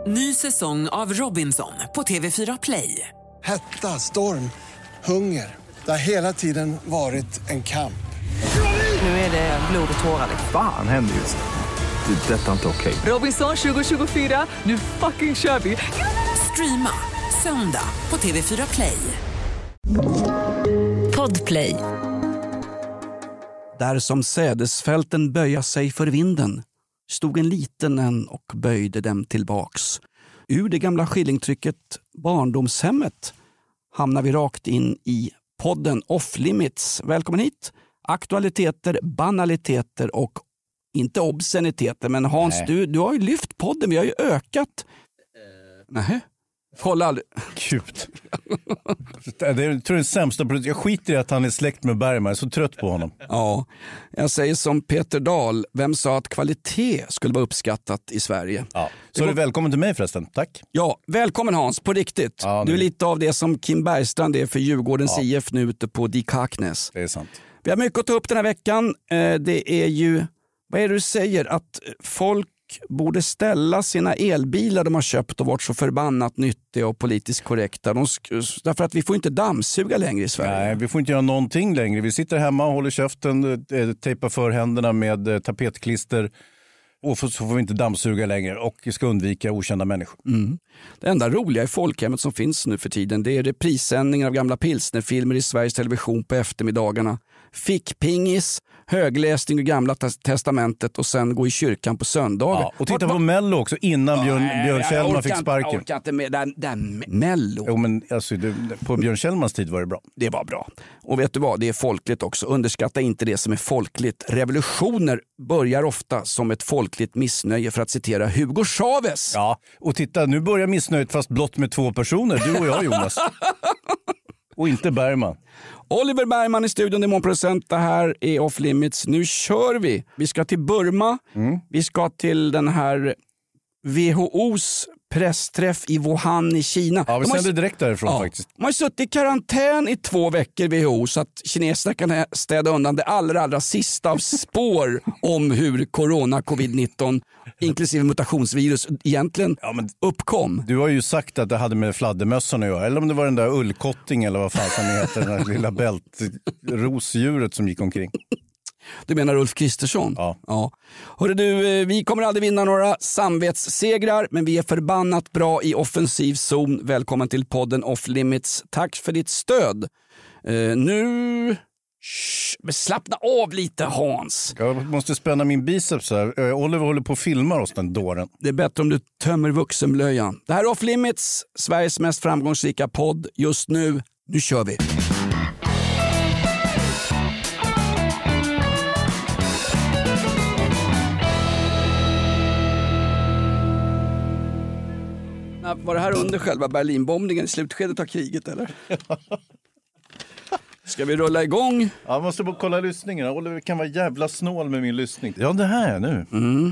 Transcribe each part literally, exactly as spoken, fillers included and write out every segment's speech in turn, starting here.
Ny säsong av Robinson på T V fyra Play. Hetta, storm, hunger. Det har hela tiden varit en kamp. Nu är det blod och tårar. Fan händer just det. Det är detta inte okej. Robinson tjugo tjugofyra, nu fucking kör vi. Streama söndag på T V fyra Play. Podplay. Där som sädesfälten böja sig för vinden stod en liten en och böjde dem tillbaks. Ur det gamla skillingtrycket Barndomshemmet hamnar vi rakt in i podden Off Limits. Välkommen hit. Aktualiteter, banaliteter och inte obsceniteter. Men Hans, du, du har ju lyft podden. Vi har ju ökat. Uh. Nej. Kolla aldrig. Gud. Det är, jag tror det är sämsta. Jag skiter i att han är släkt med Bergman. Jag är så trött på honom. Ja, jag säger som Peter Dahl. Vem sa att kvalitet skulle vara uppskattat i Sverige? Ja. Så är du välkommen till mig förresten. Tack. Ja, välkommen Hans, på riktigt. Ja, du är lite av det som Kim Bergstrand är för Djurgårdens ja. I F nu ute på Di Kaknäs. Det är sant. Vi har mycket att ta upp den här veckan. Det är ju, vad är det du säger? Att folk borde ställa sina elbilar de har köpt och varit så förbannat nyttiga och politiskt korrekta. De, därför att vi får inte dammsuga längre i Sverige. Nej, vi får inte göra någonting längre. Vi sitter hemma och håller käften, tejpar för händerna med tapetklister och så får vi inte dammsuga längre och ska undvika okända människor. Mm. Det enda roliga i folkhemmet som finns nu för tiden, det är reprissändningar av gamla pilsnerfilmer i Sveriges Television på eftermiddagarna. Fickpingis, högläsning ur gamla testamentet och sen gå i kyrkan på söndagar. Ja, och titta på Mello också innan Björn, Nej, Björn Kjellman fick sparken. Jag orkar inte med den, den Mello. Jo, men alltså, det, på Björn Kjellmans tid var det bra. Det var bra. Och vet du vad, det är folkligt också. Underskatta inte det som är folkligt. Revolutioner börjar ofta som ett folkligt missnöje, för att citera Hugo Chavez. Ja, och titta, nu börjar missnöjet fast blott med två personer. Du och jag, Jonas. Och inte Bergman. Oliver Bergman i studion, det är månproducent. Det här är Off Limits. Nu kör vi. Vi ska till Burma. Mm. Vi ska till den här W H O:s pressträff i Wuhan i Kina. Ja, vi de sänder direkt därifrån ja, faktiskt. De har suttit i karantän i två veckor W H O så att kineserna kan städa undan det allra, allra sista av spår om hur corona, covid nitton inklusive mutationsvirus egentligen ja, men uppkom. Du har ju sagt att det hade med fladdermössan att göra. Eller om det var den där ullkotting eller vad fan som heter, den där lilla bältrosdjuret som gick omkring. Du menar Ulf Kristersson? Ja. ja. Hörru du, vi kommer aldrig vinna några samvetssegrar, men vi är förbannat bra i offensiv zon. Välkommen till podden Off Limits. Tack för ditt stöd. Uh, nu... Shh, slappna av lite, Hans. Jag måste spänna min biceps här. Uh, Oliver håller på att filma oss, den dåren. Det är bättre om du tömmer vuxenblöjan. Det här är Off Limits, Sveriges mest framgångsrika podd just nu. Nu kör vi. Var det här under själva Berlinbombningen i slutskedet av kriget, eller? Ska vi rulla igång? Ja, jag måste bara kolla lyssningen. Oliver kan vara jävla snål med min lyssning. Ja, det här nu. Mm.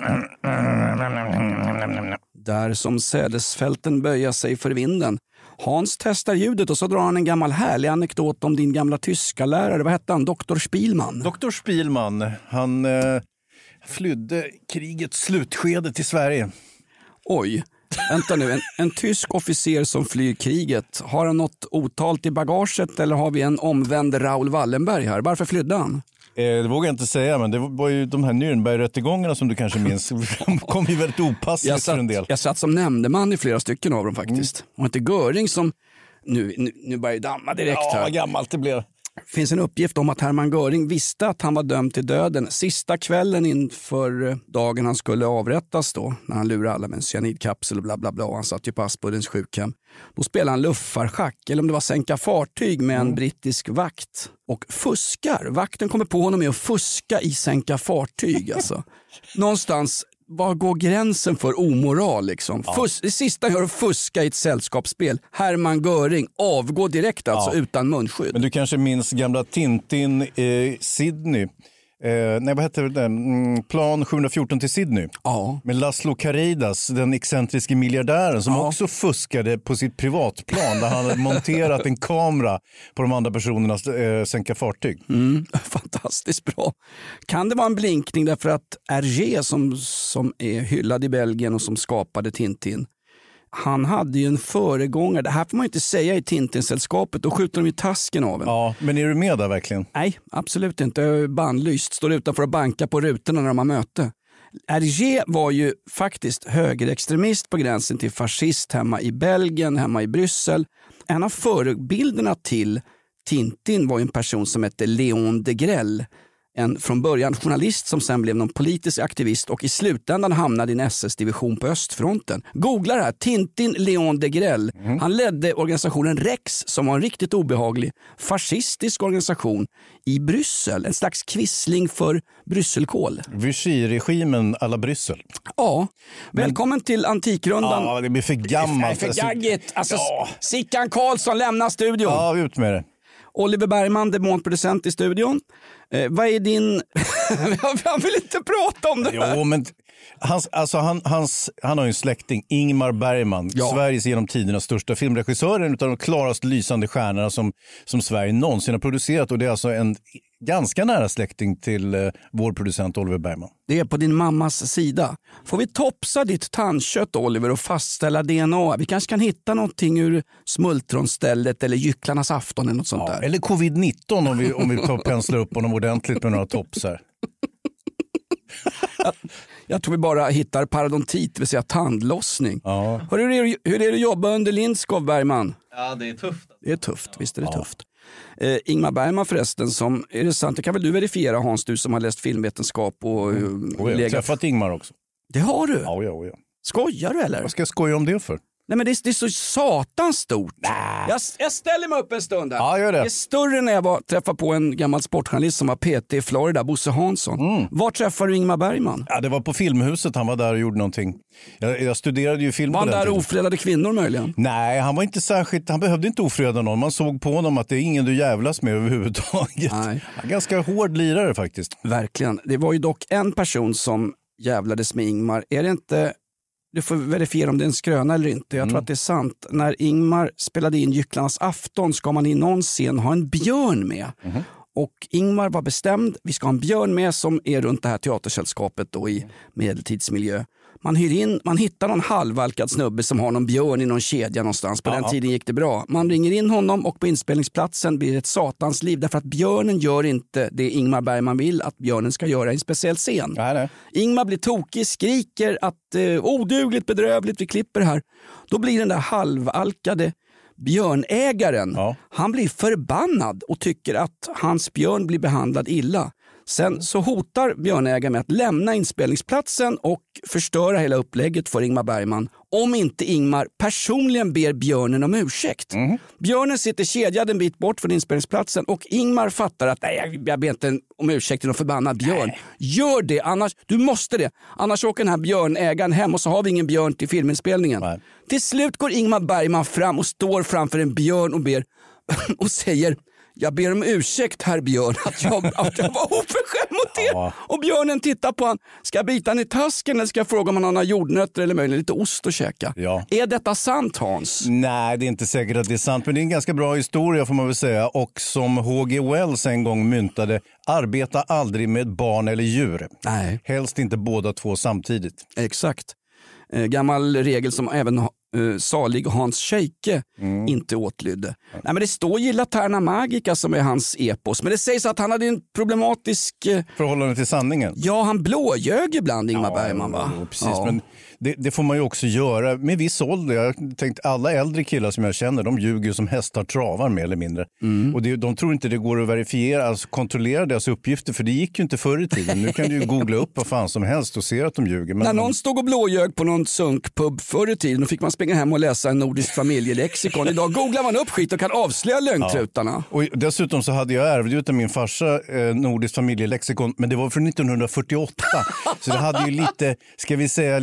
Där som sädesfälten böja sig för vinden. Hans testar ljudet och så drar han en gammal härlig anekdot om din gamla tyska lärare. Vad hette han? Doktor Spielmann. Doktor Spielmann. Han eh, flydde krigets slutskede till Sverige. Oj. Vänta nu, en, en tysk officer som flyr kriget. Har han något otalt i bagaget eller har vi en omvänd Raoul Wallenberg här? Varför flydde han? Eh, det vågar jag inte säga, men det var ju de här Nürnberg-rättegångarna som du kanske minns. De kom ju väldigt opassligt för en del. Jag satt som nämndeman i flera stycken av dem faktiskt. Mm. Och inte Göring som... Nu, nu, nu börjar jag damma direkt här. Ja, vad gammalt det blev. Finns en uppgift om att Hermann Göring visste att han var dömd till döden sista kvällen inför dagen han skulle avrättas då, när han lurade alla med en cyanidkapsel och bla bla bla. Han satt ju på Aspudens sjukhem. Då spelade han luffarschack, eller om det var sänka fartyg med en mm. brittisk vakt. Och fuskar. Vakten kommer på honom med att fuska i sänka fartyg. Alltså. Någonstans... Var går gränsen för omoral liksom? Ja. Fus- det sista jag gör att fuska i ett sällskapsspel. Hermann Göring avgår direkt alltså ja. utan munskydd. Men du kanske minns gamla Tintin i Sydney. Eh, nej, vad heter det? Mm, plan sjuhundrafjorton till Sydney. Ja. Med Laszlo Karidas, den excentriske miljardären som Ja. också fuskade på sitt privatplan där han hade monterat en kamera på de andra personernas eh, sänka fartyg. Mm, fantastiskt bra. Kan det vara en blinkning därför att Hergé som, som är hyllad i Belgien och som skapade Tintin, han hade ju en föregångare. Det här får man ju inte säga i Tintin-sällskapet. Då skjuter de ju tasken av en. Ja, men är du med där verkligen? Nej, absolut inte. Jag är bannlyst. Står utanför och bankar på rutorna när de har möte. Hergé var ju faktiskt högerextremist på gränsen till fascist hemma i Belgien, hemma i Bryssel. En av förebilderna till Tintin var ju en person som hette Léon Degrelle. En från början journalist som sen blev någon politisk aktivist och i slutändan hamnade i en S S-division på östfronten. Googla det här, Tintin Léon Degrelle. Mm. Han ledde organisationen Rex som var en riktigt obehaglig fascistisk organisation i Bryssel. En slags kvissling för Brysselkål. Vichy-regimen alla Bryssel. Ja, välkommen Men... till Antikrundan. Ja, det blir för gammalt. Det är för gaggigt. Alltså, ja. Sickan Karlsson lämnar studion. Ja, ut med det. Oliver Bergman, demonproducent i studion. Eh, vad är din... Jag vill inte prata om det här. Jo, men hans, alltså han, hans, han har ju en släkting, Ingmar Bergman. Ja. Sveriges genom tiderna största filmregissör. En av de klarast lysande stjärnorna som, som Sverige någonsin har producerat. Och det är alltså en ganska nära släkting till eh, vår producent Oliver Bergman. Det är på din mammas sida. Får vi topsa ditt tandkött, Oliver, och fastställa D N A? Vi kanske kan hitta någonting ur smultronstället eller gycklarnas afton eller något sånt ja, där. Eller covid nitton om vi, om vi tar penslar upp honom ordentligt med några topsar. jag, jag tror vi bara hittar parodontit, det vill säga tandlossning. Ja. Hur, är det, hur är det att jobba under Lindskov, Bergman? Ja, det är tufft. Det är tufft, ja. Visst är det Ja. tufft. Eh, Ingmar Bergman förresten, som, är det sant? Det kan väl du verifiera, Hans, du som har läst filmvetenskap och... Mm. och jag har träffat Ingmar också. Det har du? Ja, ja, ja. Skojar du eller? Vad ska jag skoja om det för? Nej, men det är, det är så satans stort. Nah. Jag, jag ställer mig upp en stund här. Ja, gör det. Det är större när jag var, träffade på en gammal sportjournalist som var P T i Florida, Bosse Hansson. Mm. Var träffade du Ingmar Bergman? Ja, det var på Filmhuset, han var där och gjorde någonting. Jag, jag studerade ju film var på den där tiden. ofredade kvinnor möjligen? Nej, han var inte särskilt, han behövde inte ofreda någon. Man såg på honom att det är ingen du jävlas med överhuvudtaget. Nej. Han är ganska hård lirare faktiskt. Verkligen. Det var ju dock en person som jävlades med Ingmar. Är det inte... Du får verifiera om det är en skröna eller inte. Jag tror mm. att det är sant. När Ingmar spelade in Gycklarnas afton ska man i någon scen ha en björn med. Mm. Och Ingmar var bestämd. Vi ska ha en björn med som är runt det här teatersällskapet då i medeltidsmiljö. Man hyr in, man hittar någon halvalkad snubbe som har någon björn i någon kedja någonstans. På ja. Den tiden gick det bra. Man ringer in honom och på inspelningsplatsen blir det ett satans liv. Därför att björnen gör inte det Ingmar Bergman vill att björnen ska göra i en speciell scen. Ja, nej. Ingmar blir tokig, skriker att eh, odugligt, bedrövligt, vi klipper här. Då blir den där halvalkade björnägaren, ja. Han blir förbannad och tycker att hans björn blir behandlad illa. Sen så hotar björnägaren med att lämna inspelningsplatsen och förstöra hela upplägget för Ingmar Bergman om inte Ingmar personligen ber björnen om ursäkt. Mm. Björnen sitter kedjad en bit bort från inspelningsplatsen och Ingmar fattar att nej, jag ber inte om ursäkt till någon förbannad björn. Nej. Gör det, annars, du måste det. Annars åker den här björnägaren hem och så har vi ingen björn till filminspelningen. Nej. Till slut går Ingmar Bergman fram och står framför en björn och ber och säger: jag ber om ursäkt, herr Björn, att jag, att jag var oförskämd mot er. Ja. Och björnen tittar på han. Ska jag bita han i tasken eller ska jag fråga om han har jordnötter eller möjligen lite ost att käka? Ja. Är detta sant, Hans? Nej, det är inte säkert att det är sant, men det är en ganska bra historia får man väl säga. Och som H G Wells en gång myntade, arbeta aldrig med barn eller djur. Nej. Helst inte båda två samtidigt. Exakt. Eh, gammal regel som även Uh, salig Hans Scheike mm. inte åtlydde. Mm. Nej, men det står ju Laterna Magica som är hans epos. Men det sägs att han hade en problematisk... Uh... förhållande till sanningen. Ja, han blåljög ibland, Ingmar ja, Bergman, va? Ja, precis. Ja. Men det, det får man ju också göra med viss ålder. Jag tänkte, alla äldre killar som jag känner, de ljuger som hästar travar mer eller mindre. Mm. Och det, de tror inte det går att verifiera, alltså kontrollera deras uppgifter, för det gick ju inte förr i tiden. Nu kan du ju googla upp vad fan som helst och se att de ljuger. Men när någon de... stod och blåljög på någon sunkpub förr i tiden, då fick man springa hem och läsa en nordisk familjelexikon. Idag googlar man upp skit och kan avslöja lögntrutarna. Ja. Och dessutom så hade jag ärvt av min farsa eh, nordisk familjelexikon, men det var från nittonhundrafyrtioåtta. Så det hade ju lite, ska vi säga, lite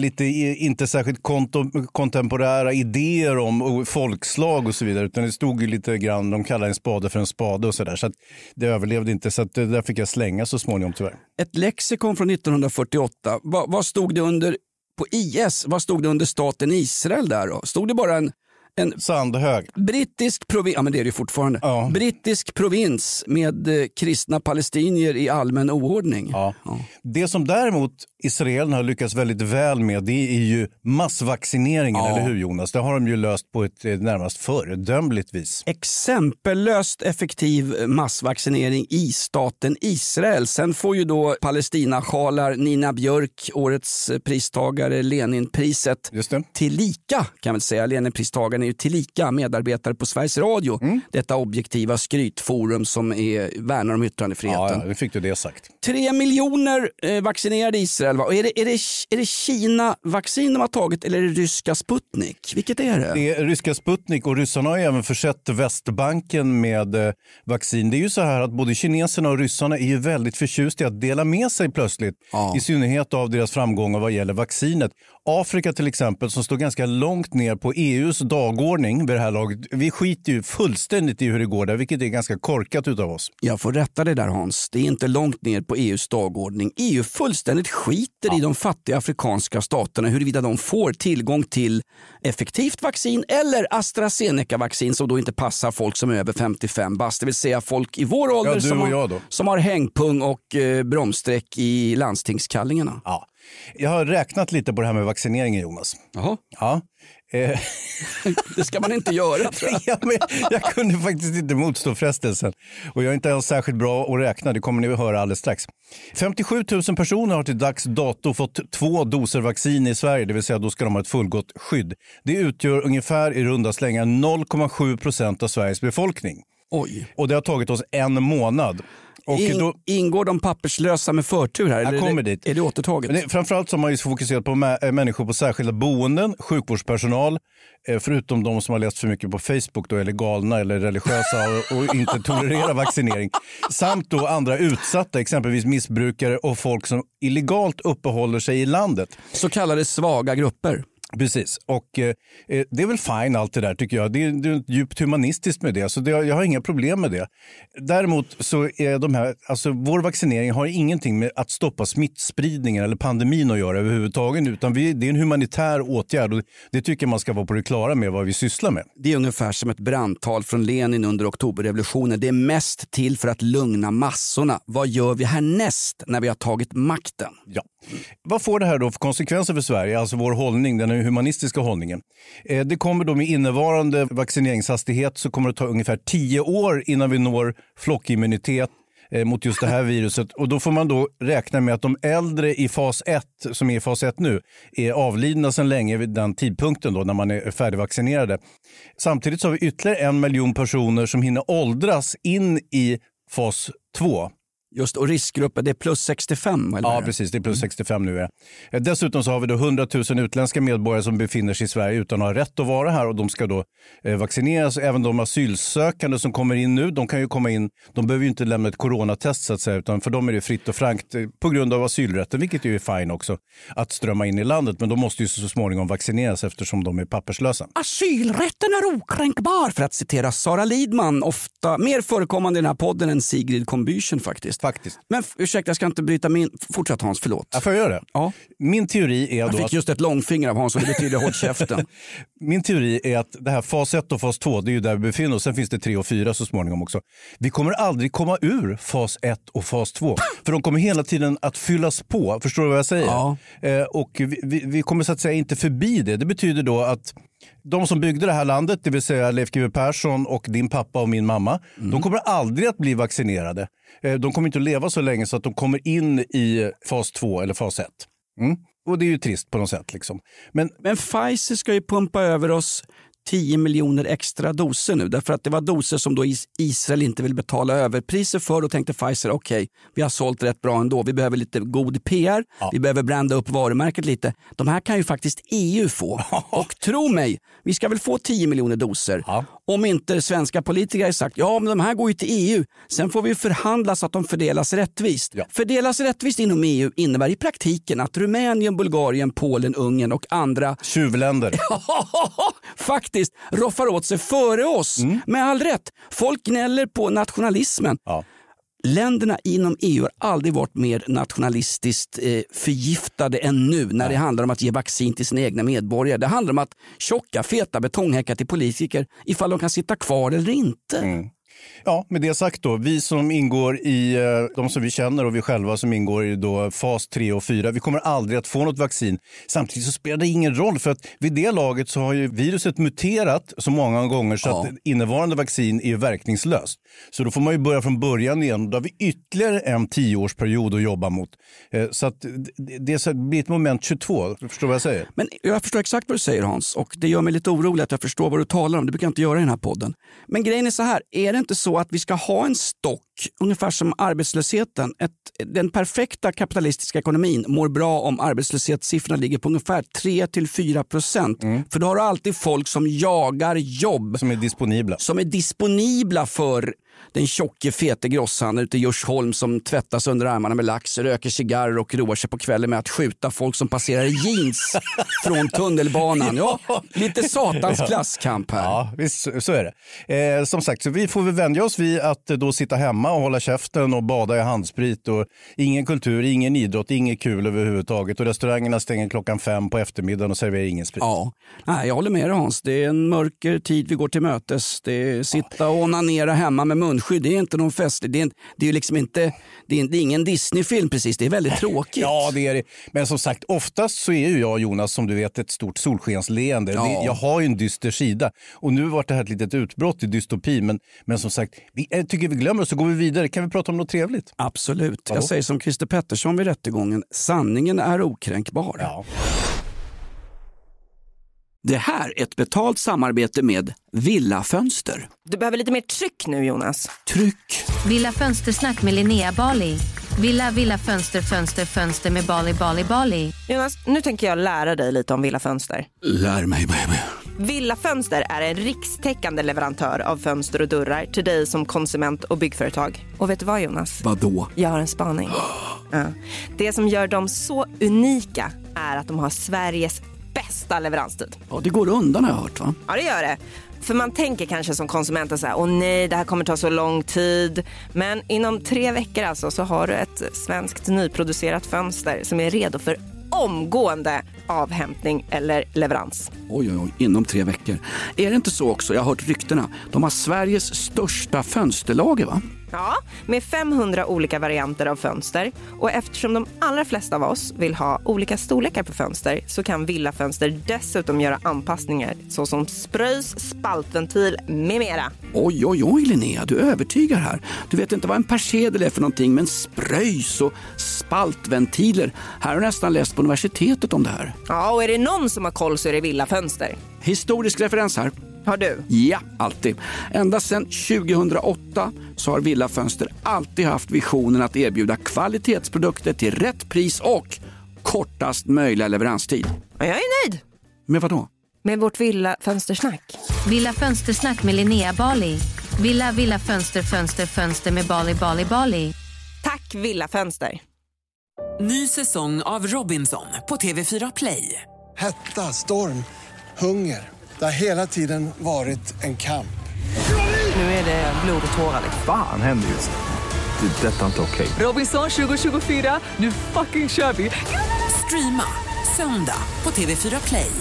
inte särskilt konto- kontemporära idéer om folkslag och så vidare, utan det stod ju lite grann, de kallar en spade för en spade och sådär, så att det överlevde inte, så att det där fick jag slänga så småningom tyvärr. Ett lexikon från nittonhundrafyrtioåtta, vad, vad stod det under på I S? Vad stod det under staten Israel där då? Stod det bara en En Sandhög. Brittisk provins, ja men det är det ju fortfarande. Ja. Brittisk provins med eh, kristna palestinier i allmän oordning. Ja. Ja. Det som däremot Israel har lyckats väldigt väl med, det är ju massvaccineringen, ja. Eller hur Jonas? Det har de ju löst på ett eh, närmast föredömligt vis. Exempellöst effektiv massvaccinering i staten Israel. Sen får ju då Palestina-sjalar Nina Björk, årets pristagare, Leninpriset. Just det. Tillika kan man säga, Leninpristagaren är ju tillika medarbetare på Sveriges Radio. Mm. Detta objektiva skrytforum som är, värnar om yttrandefriheten. Ja, ja, det fick du det sagt. Tre miljoner eh, vaccinerade i Israel. Va? Och är det, är det, är det Kina-vaccin de har tagit eller är det ryska Sputnik? Vilket är det? Det är ryska Sputnik, och ryssarna har även försett Västbanken med eh, vaccin. Det är ju så här att både kineserna och ryssarna är ju väldigt förtjusta i att dela med sig plötsligt. Ja. I synnerhet av deras framgångar vad gäller vaccinet. Afrika till exempel, som står ganska långt ner på E U:s dagordning vid det här laget. Vi skiter ju fullständigt i hur det går där, vilket är ganska korkat utav oss. Jag får rätta det där Hans. Det är inte långt ner på E U:s dagordning. E U fullständigt skiter ja. i de fattiga afrikanska staterna huruvida de får tillgång till effektivt vaccin eller AstraZeneca-vaccin som då inte passar folk som är över femtiofem bast. Det vill säga folk i vår ålder ja, som, har, som har hängpung och eh, bromsträck i landstingskallingarna. Ja. Jag har räknat lite på det här med vaccineringen, Jonas. Jaha. Ja. Eh. Det ska man inte göra, tror jag. Ja, men jag kunde faktiskt inte motstå frestelsen. Och jag är inte ens särskilt bra att räkna, det kommer ni att höra alldeles strax. femtiosju tusen personer har till dags dato fått två doser vaccin i Sverige, det vill säga då ska de ha ett fullgott skydd. Det utgör ungefär i runda slängar noll komma sju procent av Sveriges befolkning. Oj. Och det har tagit oss en månad. Och In, då, ingår de papperslösa med förtur här? Jag eller kommer är det, dit. Är det återtaget? Men det, framförallt så har man ju fokuserat på mä- människor på särskilda boenden, sjukvårdspersonal, eh, förutom de som har läst för mycket på Facebook då, eller galna eller religiösa och, och inte tolererar vaccinering. Samt då andra utsatta, exempelvis missbrukare och folk som illegalt uppehåller sig i landet. Så kallade svaga grupper. Precis, och eh, det är väl fine allt det där tycker jag. Det är, det är djupt humanistiskt med det, så det, jag har inga problem med det. Däremot så är de här, alltså vår vaccinering har ingenting med att stoppa smittspridningen eller pandemin att göra överhuvudtaget, utan vi, det är en humanitär åtgärd och det tycker man ska vara på det klara med vad vi sysslar med. Det är ungefär som ett brandtal från Lenin under oktoberrevolutionen. Det är mest till för att lugna massorna. Vad gör vi härnäst när vi har tagit makten? Ja. Vad får det här då för konsekvenser för Sverige, alltså vår hållning, den humanistiska hållningen? Eh, det kommer då med innevarande vaccineringshastighet så kommer det ta ungefär tio år innan vi når flockimmunitet eh, mot just det här viruset. Och då får man då räkna med att de äldre i fas ett, som är i fas ett nu, är avlidna sedan länge vid den tidpunkten då när man är färdigvaccinerade. Samtidigt så har vi ytterligare en miljon personer som hinner åldras in i fas två. Just, och riskgruppen, det är plus sextiofem? Eller? Ja, precis. Det är plus sextiofem nu. Ja. Dessutom så har vi då hundratusen utländska medborgare som befinner sig i Sverige utan att ha rätt att vara här och de ska då eh, vaccineras. Även de asylsökande som kommer in nu, de kan ju komma in, de behöver ju inte lämna ett coronatest så att säga, utan för dem är det fritt och frankt eh, på grund av asylrätten, vilket ju är fine också, att strömma in i landet. Men de måste ju så småningom vaccineras eftersom de är papperslösa. Asylrätten är okränkbar, för att citera Sara Lidman, ofta mer förekommande i den här podden än Sigrid Combüchen faktiskt. Faktiskt. Men ursäkta, jag ska inte bryta min... Fortsätt Hans, förlåt. Jag får göra det. Ja. Min teori är jag då fick att... just ett långfinger av Hans och det betyder håll käften. Min teori är att det här fas ett och fas två, det är ju där vi befinner oss. Sen finns det tre och fyra så småningom också. Vi kommer aldrig komma ur fas ett och fas två. För de kommer hela tiden att fyllas på. Förstår du vad jag säger? Ja. Eh, och vi, vi, vi kommer så att säga inte förbi det. Det betyder då att de som byggde det här landet, det vill säga Leif G W Persson och din pappa och min mamma, mm. de kommer aldrig att bli vaccinerade. De kommer inte att leva så länge så att de kommer in i fas två eller fas ett. Mm. Och det är ju trist på något sätt. Liksom. Men, Men Pfizer ska ju pumpa över oss tio miljoner extra doser nu. Därför att det var doser som då Israel inte vill betala överpriser för. Då tänkte Pfizer, okej, okay, vi har sålt rätt bra ändå. Vi behöver lite god P R. Ja. Vi behöver branda upp varumärket lite. De här kan ju faktiskt E U få. Och tro mig, vi ska väl få tio miljoner doser. Ja. Om inte svenska politiker har sagt, ja men de här går ju till E U. Sen får vi förhandla så att de fördelas rättvist. Ja. Fördelas rättvist inom E U innebär i praktiken att Rumänien, Bulgarien, Polen, Ungern och andra tjuvländer faktiskt roffar åt sig före oss. Mm. Med all rätt. Folk gnäller på nationalismen. Ja. Länderna inom E U har aldrig varit mer nationalistiskt eh, förgiftade än nu när ja. det handlar om att ge vaccin till sina egna medborgare. Det handlar om att tjocka, feta betonghäckar till politiker ifall de kan sitta kvar eller inte. Mm. Ja, med det sagt då, vi som ingår i, de som vi känner och vi själva som ingår i då fas tre och fyra, vi kommer aldrig att få något vaccin. Samtidigt så spelar det ingen roll för att vid det laget så har ju viruset muterat så många gånger så ja. att innevarande vaccin är verkningslöst. Så då får man ju börja från början igen. Då har vi ytterligare en tioårsperiod att jobba mot. Så att det blir ett moment tjugotvå, du förstår vad jag säger? Men jag förstår exakt vad du säger, Hans, och det gör mig lite orolig att jag förstår vad du talar om. Det brukar jag inte göra i den här podden. Men grejen är så här, är det inte så att vi ska ha en stock, ungefär som arbetslösheten? Ett, den perfekta kapitalistiska ekonomin mår bra om arbetslöshetssiffrorna ligger på ungefär tre till fyra procent. Mm. För då har du alltid folk som jagar jobb. Som är disponibla. Som är disponibla för den tjocke fete grossan ute i Djursholm som tvättas under armarna med lax, röker cigarr och roar sig på kvällen med att skjuta folk som passerar i jeans från tunnelbanan. Ja, lite satans klasskamp här. Ja, visst, så är det. Eh, som sagt, så vi får väl vänja oss vid att då sitta hemma och hålla käften och bada i handsprit och ingen kultur, ingen idrott, inget kul överhuvudtaget och restaurangerna stänger klockan fem på eftermiddagen och serverar ingen sprit. Ja, nej, jag håller med dig, Hans. Det är en mörker tid vi går till mötes. Det är sitta och onanera hemma med munskydd. Det är inte någon fest. Det är, det är ju liksom inte, det är, det är ingen Disney-film precis. Det är väldigt tråkigt. Ja, det är det. Men som sagt, oftast så är ju jag, Jonas, som du vet, ett stort solskensleende. Ja. Det, jag har ju en dyster sida. Och nu var det här ett litet utbrott i dystopi. Men, men som sagt, vi, jag tycker vi glömmer oss så går vi vidare. Kan vi prata om något trevligt? Absolut. Jag säger som Christer Pettersson vid rättegången. Sanningen är okränkbar. Ja. Det här är ett betalt samarbete med Villa Fönster. Du behöver lite mer tryck nu, Jonas. Tryck. Villa Fönstersnack med Linnea Bali. Villa, Villa Fönster, Fönster, Fönster med Bali, Bali, Bali. Jonas, nu tänker jag lära dig lite om Villa Fönster. Lär mig, baby. Villa Fönster är en rikstäckande leverantör av fönster och dörrar till dig som konsument och byggföretag. Och vet du vad, Jonas? Vadå? Jag har en spaning. Ja. Det som gör dem så unika är att de har Sveriges bästa leveranstid. Ja, det går undan har jag hört, va? Ja, det gör det. För man tänker kanske som konsument så här, åh nej, det här kommer ta så lång tid. Men inom tre veckor alltså så har du ett svenskt nyproducerat fönster som är redo för omgående avhämtning eller leverans. Oj, oj, oj, inom tre veckor. Är det inte så också? Jag har hört ryktena. De har Sveriges största fönsterlager, va? Ja, med femhundra olika varianter av fönster. Och eftersom de allra flesta av oss vill ha olika storlekar på fönster så kan Villa Fönster dessutom göra anpassningar såsom spröjs, spaltventil med mera. Oj, oj, oj, Linnea, du övertygar här. Du vet inte vad en persedel är för någonting, men spröjs och spaltventiler. Här har jag nästan läst på universitetet om det här. Ja, och är det någon som har koll så är det Villa Fönster. Historisk referens här. Har du? Ja, alltid. Ända sedan tjugohundraåtta så har Villa Fönster alltid haft visionen att erbjuda kvalitetsprodukter till rätt pris och kortast möjliga leveranstid. Jag är nöjd. Med vad då? Med vårt Villa Fönstersnack. Villa Fönstersnack med Linnea Bali. Villa, Villa Fönster, Fönster, Fönster med Bali, Bali, Bali. Tack Villa Fönster. Ny säsong av Robinson på T V fyra Play. Hetta, storm, hunger. Det har hela tiden varit en kamp. Nu är det blod och tårar. Fan händer just det. Det är detta inte okej. Okay. Robinson tjugo tjugofyra, nu fucking kör vi. Streama söndag på T V fyra Play.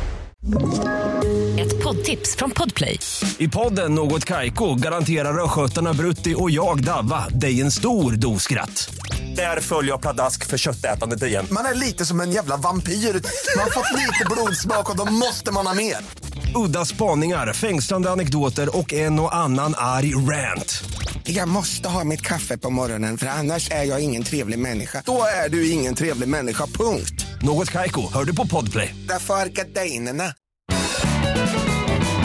Ett poddtips från Podplay. I podden Något Kaiko garanterar röskötarna Brutti och jag Davva dig en stor doskratt. Där följer jag pladask för köttätandet igen. Man är lite som en jävla vampyr. Man har fått lite blodsmak och då måste man ha mer. Udda spaningar, fängslande anekdoter och en och annan arg rant. Jag måste ha mitt kaffe på morgonen för annars är jag ingen trevlig människa. Då är du ingen trevlig människa, punkt. Något Kaiko, hör du på Podplay. Därför är gardinerna.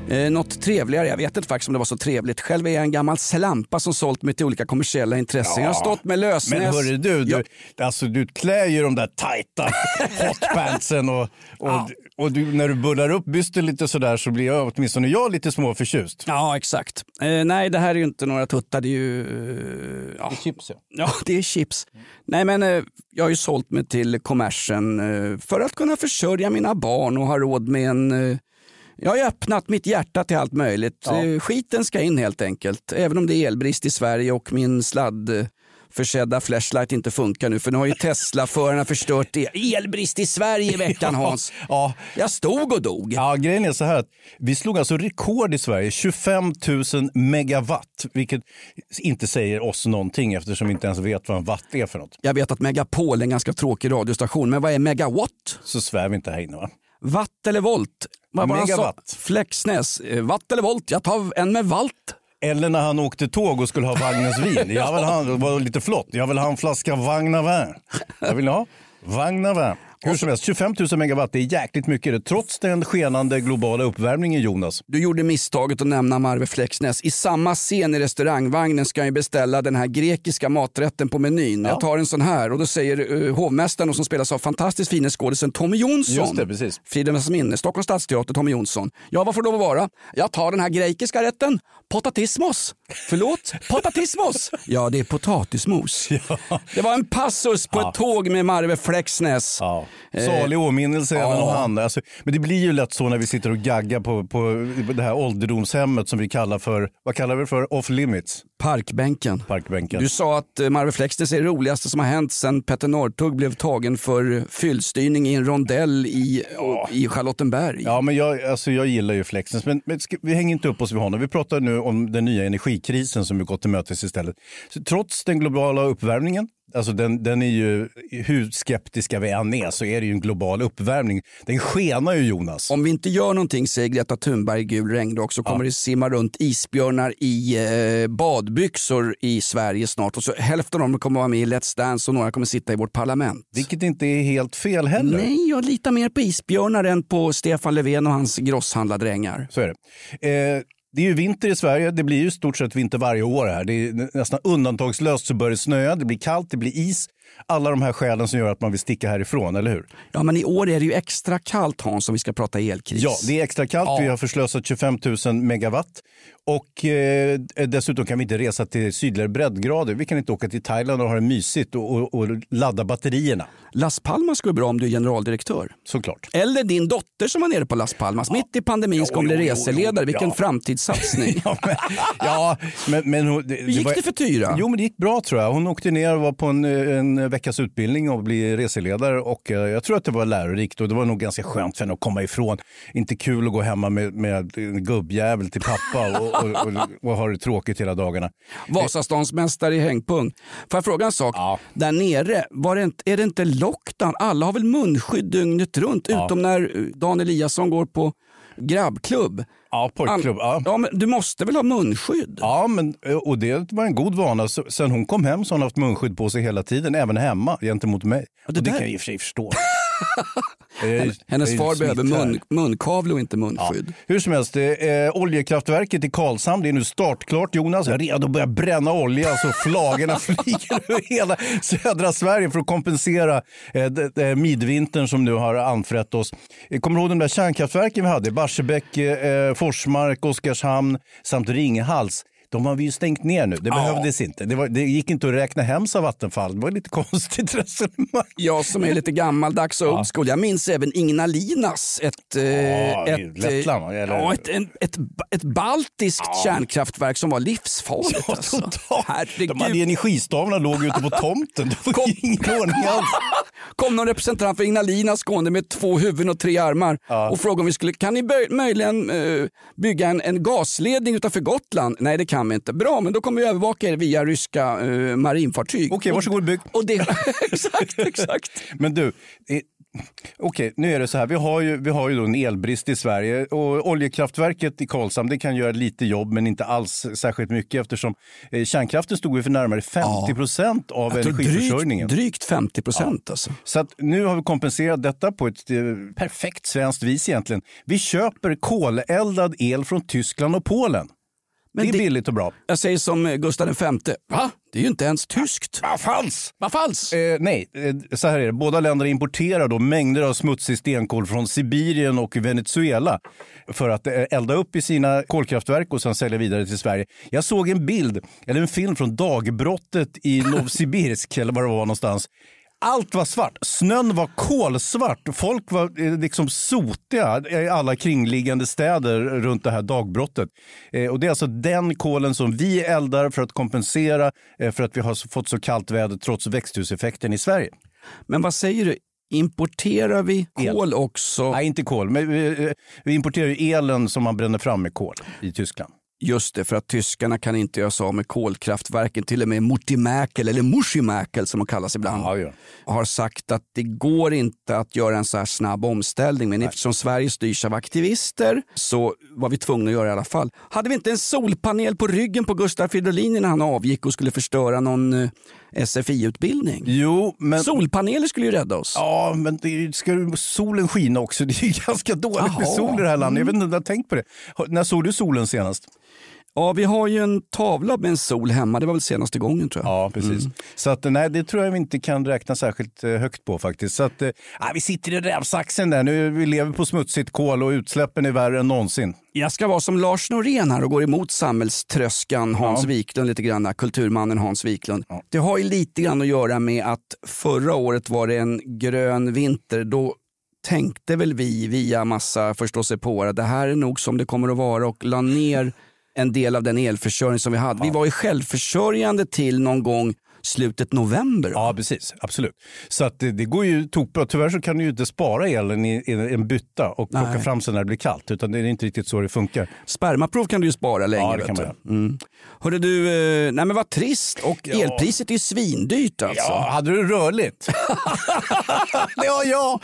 Eh, något trevligare, jag vet inte faktiskt om det var så trevligt. Själv är jag en gammal slampa som sålt mig till olika kommersiella intressen. Ja, jag har stått med lösnäs. Men hörru du, du, ja. alltså, du klär ju de där tajta hotpantsen och, och, ja. och du, när du bullar upp bysten lite sådär så blir jag åtminstone jag lite små förtjust. Ja, exakt. Eh, nej, det här är ju inte några tuttar, det är ju... Eh, ja. Det är chips, ja. Ja, det är chips. Mm. Nej, men eh, jag har ju sålt mig till kommersen eh, för att kunna försörja mina barn och ha råd med en... Eh, Jag har öppnat mitt hjärta till allt möjligt. Ja. Skiten ska in helt enkelt. Även om det är elbrist i Sverige och min sladdförsedda flashlight inte funkar nu. För nu har ju Tesla-förarna förstört det. Elbrist i Sverige i veckan, Hans. Ja. Jag stod och dog. Ja, grejen är så här att vi slog alltså rekord i Sverige. tjugofem tusen megawatt. Vilket inte säger oss någonting eftersom vi inte ens vet vad en watt är för något. Jag vet att Megapol är en ganska tråkig radiostation. Men vad är megawatt? Så svär vi inte här inne, va? Watt eller volt? Vad var Megawatt. Flexnäs. Watt eller volt? Jag tar en med valt. Eller när han åkte tåg och skulle ha Wagners vin. Jag vill ha, det var lite flott. Jag vill ha en flaska Wagner. Jag vill ha Wagner. Hur som helst, tjugofem tusen megawatt, det är jäkligt mycket. Trots den skenande globala uppvärmningen, Jonas. Du gjorde misstaget att nämna Marve Flexnäs. I samma scen i restaurangvagnen ska jag beställa den här grekiska maträtten på menyn. Ja. Jag tar en sån här och då säger uh, hovmästaren som spelas av fantastiskt fina skådisen Tommy Jonsson. Just det, precis. Fridens minne, Stockholms stadsteater, Tommy Jonsson. Ja, vad får det lov att vara? Jag tar den här grekiska rätten. Potatismos. Förlåt? Potatismos? Ja, det är potatismos. Ja. Det var en passus på ja. ett tåg med Marve Flexnäs. Ja. Salig åminnelse även om han. Alltså, men det blir ju lätt så när vi sitter och gaggar på, på det här ålderdomshemmet som vi kallar för, vad kallar vi det för? Off limits. Parkbänken. Parkbänken. Du sa att Marve Flexnäs är det roligaste som har hänt sedan Petter Northug blev tagen för fyllstyrning i en rondell i, ja. i Charlottenberg. Ja, men jag, alltså, jag gillar ju Flexnäs. Men, men ska, vi hänger inte upp oss vid honom. Vi pratar nu om den nya energikrisen som vi gått till mötes istället. Så trots den globala uppvärmningen, alltså den, den är ju, hur skeptiska vi än är så är det ju en global uppvärmning. Den skenar ju, Jonas. Om vi inte gör någonting, säger Greta Thunberg i gul regndag, så kommer ja. det simma runt isbjörnar i eh, badbyxor i Sverige snart. Och så hälften av dem kommer vara med i Let's Dance och några kommer sitta i vårt parlament. Vilket inte är helt fel heller. Nej, jag litar mer på isbjörnar än på Stefan Löfven och hans grosshandladrängar. Så är det. Eh, Det är ju vinter i Sverige, det blir ju stort sett vinter varje år här. Det är nästan undantagslöst så börjar det snöa, det blir kallt, det blir is. Alla de här skälen som gör att man vill sticka härifrån, eller hur? Ja, men i år är det ju extra kallt, Hans, om vi ska prata elkris. Ja, det är extra kallt. Ja. Vi har förslösat tjugofem tusen megawatt. Och eh, dessutom kan vi inte resa till sydligare breddgrader. Vi kan inte åka till Thailand och ha det mysigt och, och, och ladda batterierna. Las Palmas går bra om du är generaldirektör. Såklart. Eller din dotter som var nere på Las Palmas. Ja. Mitt i pandemin ska hon bli reseledare. Vilken ja. framtidssatsning. ja, men, ja, men, men hon, det, Hur gick det, var, det för Tyra? Jo, men det gick bra, tror jag. Hon åkte ner och var på en, en veckas utbildning och bli reseledare. Och eh, jag tror att det var lärorikt och det var nog ganska skönt för henne att komma ifrån. Inte kul att gå hemma med, med en gubbjävel till pappa och, och, och, och, och ha det tråkigt hela dagarna. Vasastans mästare i hängpung. Får jag fråga en sak? Ja. Där nere, var det inte, är det inte lockdown? Alla har väl munskydd dygnet runt, ja. utom när Dan Eliasson går på grabbklubb. Ja, pojkklubb. Ja. ja, men du måste väl ha munskydd? Ja, men, och det var en god vana. Sen hon kom hem så har hon haft munskydd på sig hela tiden, även hemma gentemot mig. Ja, det, och det kan jag i och för sig förstå. Hennes, hennes far behöver mun, munkavle och inte munskydd. Ja. Hur som helst, eh, oljekraftverket i Karlshamn, det är nu startklart, Jonas. Jag är redo att börja bränna olja så flagorna flyger över hela södra Sverige för att kompensera eh, de, de, midvintern som nu har anfrätt oss. Kommer du ihåg de där kärnkraftverken vi hade? Barsebäck, eh, Forsmark, Oskarshamn samt Ringhals. De har vi ju stängt ner nu. Det ja. behövdes inte. Det, var, det gick inte att räkna hem sa Vattenfall. Det var lite konstigt resonemang. Jag som är lite gammaldags och old school. Jag minns även Ignalinas. Ett, ja, ett, Lettland, eller? Ja, ett, ett, ett, ett baltiskt ja. kärnkraftverk som var livsfarligt. Ja, alltså. De hade energistavarna låg ute på tomten. Det var Kom. ingen ordning alls. Kom någon representant för Ignalina skående med två huvuden och tre armar ja. och frågade om vi skulle, kan ni bö- möjligen uh, bygga en, en gasledning utanför Gotland? Nej, det kan vi inte. Bra, men då kommer vi övervaka er via ryska uh, marinfartyg. Okej, okay, varsågod bygg. Och det, exakt, exakt. Men du, Okej, nu är det så här. Vi har ju, vi har ju då en elbrist i Sverige och oljekraftverket i Karlshamn, det kan göra lite jobb men inte alls särskilt mycket eftersom eh, kärnkraften stod ju för närmare femtio procent ja. av energiförsörjningen. Drygt, drygt femtio procent ja. alltså. Så att nu har vi kompenserat detta på ett eh, perfekt svenskt vis egentligen. Vi köper koleldad el från Tyskland och Polen. Men det är det, billigt och bra. Jag säger som Gustav den femte. Va? Det är ju inte ens tyskt. Vad falskt! Vad falskt! Eh, nej, eh, så här är det. Båda länder importerar då mängder av smutsig stenkol från Sibirien och Venezuela för att eh, elda upp i sina kolkraftverk och sen sälja vidare till Sverige. Jag såg en bild, eller en film från dagbrottet i Novosibirsk eller var det var någonstans. Allt var svart. Snön var kolsvart. Folk var eh, liksom sotiga i alla kringliggande städer runt det här dagbrottet. Eh, och det är alltså den kolen som vi eldar för att kompensera eh, för att vi har fått så kallt väder trots växthuseffekten i Sverige. Men vad säger du? Importerar vi kol El. också? Nej, inte kol. Men vi, vi importerar ju elen som man bränner fram med kol i Tyskland. Just det, för att tyskarna kan inte göra sig av med kolkraftverken. Till och med Muttimäkel eller Mushimäkel som man kallas ibland ja, ja. har sagt att det går inte att göra en så här snabb omställning. Men Nej. eftersom Sverige styrs av aktivister så var vi tvungna att göra i alla fall. Hade vi inte en solpanel på ryggen på Gustav Fridolin när han avgick och skulle förstöra någon uh, S F I-utbildning? Jo, men... Solpaneler skulle ju rädda oss. Ja, men det ska solen skina också. Det är ju ganska dåligt Aha. med sol i det här landet. Jag vet inte om du har tänkt på det. När såg du solen senast? Ja, vi har ju en tavla med en sol hemma. Det var väl senaste gången tror jag. Ja, precis. Mm. Så att, nej, det tror jag vi inte kan räkna särskilt högt på faktiskt. Så att, äh, vi sitter i rävsaxen där. Nu vi lever på smutsigt kol och utsläppen är värre än någonsin. Jag ska vara som Lars Norén här och går emot samhällströskan Hans ja. Wiklund lite grann. Kulturmannen Hans Wiklund. Ja. Det har ju lite grann att göra med att förra året var det en grön vinter. Då tänkte väl vi via massa förståsigpåare att det här är nog som det kommer att vara och la ner en del av den elförsörjning som vi hade. Ja. Vi var ju självförsörjande till någon gång slutet november. Ja, precis. Absolut. Så att det, det går ju tokbra. Tyvärr så kan du ju inte spara elen i, i en bytta och plocka Nej. fram sen när det blir kallt. Utan det är inte riktigt så det funkar. Spermaprov kan du ju spara länge. Ja, det kan man göra. Mm. Hörde du, eh, nej men vad trist. Och ja. elpriset är ju svindyrt alltså. Ja, hade du rörligt? Det har jag.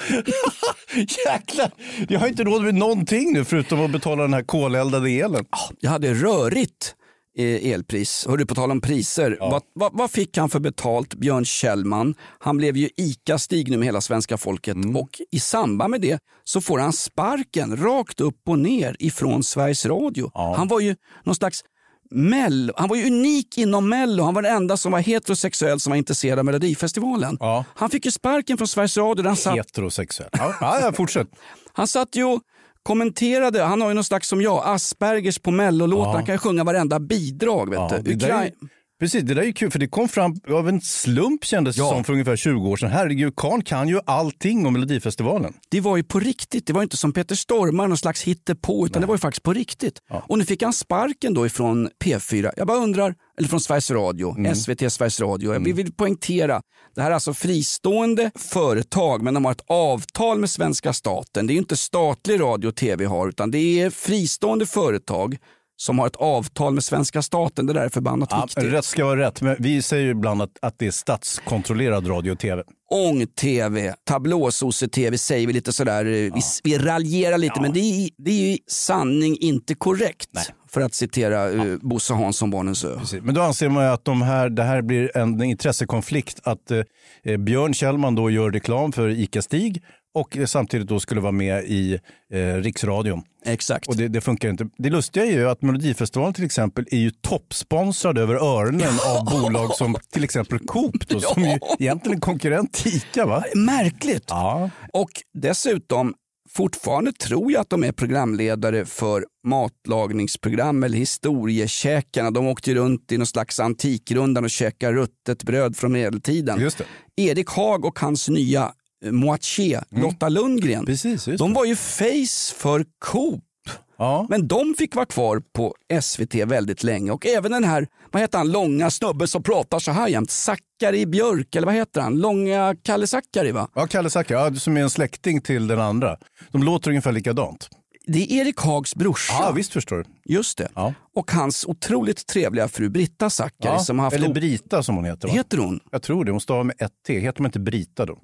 Jäklar. Jag har inte råd med någonting nu förutom att betala den här koleldade elen. Jag hade rörigt elpris. Hör du på tal om priser. Ja. Vad, vad, vad fick han för betalt, Björn Kjellman? Han blev ju ICA-stig nu med hela svenska folket mm. och i samband med det så får han sparken rakt upp och ner ifrån Sveriges Radio. Ja. Han var ju någon slags Mello. Han var ju unik inom Mello. Han var den enda som var heterosexuell som var intresserad av Melodifestivalen. Ja. Han fick ju sparken från Sveriges Radio. Där han satt... Heterosexuell. Ja, ja, fortsätt. Han satt ju kommenterade, han har ju någon slags som jag, Aspergers på Mellolåten. Ja. Han kan ju sjunga varenda bidrag. Vet ja, du. Det Ukra- Precis, det där är ju kul för det kom fram av en slump kändes ja. som för ungefär tjugo år sedan. Herregud, Karl kan ju allting om Melodifestivalen. Det var ju på riktigt, det var inte som Peter Stormare någon slags hittepå utan Nej. det var ju faktiskt på riktigt. Ja. Och nu fick han sparken då ifrån P fyra. Jag bara undrar, eller från Sveriges Radio, mm. S V T Sveriges Radio. Jag vill poängtera, det här är alltså fristående företag men de har ett avtal med svenska staten. Det är ju inte statlig radio och tv har utan det är fristående företag som har ett avtal med svenska staten. Det där är förbannat ja, viktigt. Rätt ska vara rätt, men vi säger ju ibland att, att det är statskontrollerad radio och tv. Ång-tv, tablåsosse-tv säger vi lite sådär. Ja. Vi, vi raljerar lite, ja. men det är, det är ju sanning inte korrekt. Nej. För att citera ja. uh, Bosse Hansson, Barnens ö. Precis. Men då anser man ju att de här, det här blir en intressekonflikt att eh, Björn Kjellman då gör reklam för ICA-Stig och samtidigt då skulle vara med i eh, Riksradion. Exakt. Och det, det funkar inte. Det lustiga är ju att Melodifestivalen till exempel är ju toppsponsrad över öronen av bolag som till exempel Coop då, som ju egentligen är konkurrent till ICA, va? Märkligt. Ja. Och dessutom fortfarande tror jag att de är programledare för matlagningsprogram eller historiekäkarna. De åkte runt i någon slags antikrundan och käkade ruttet bröd från medeltiden. Just det. Erik Haag och hans nya moitié, mm. Lotta Lundgren. Precis, just de var ju face för Coop. Ja. Men de fick vara kvar på S V T väldigt länge. Och även den här, vad heter han, långa snubben som pratar så här jämt. Zackari Björk, eller vad heter han? Långa Kalle Zackari, va? Ja, Kalle Zackari, ja, som är en släkting till den andra. De låter ungefär likadant. Det är Erik Haags brorsa. Ja, visst förstår du. Just det. Ja. Och hans otroligt trevliga fru Britta Zackari. Ja, som har haft eller Brita som hon heter, va? Heter hon? Jag tror det, hon stavar med ett T. Heter hon inte Brita då?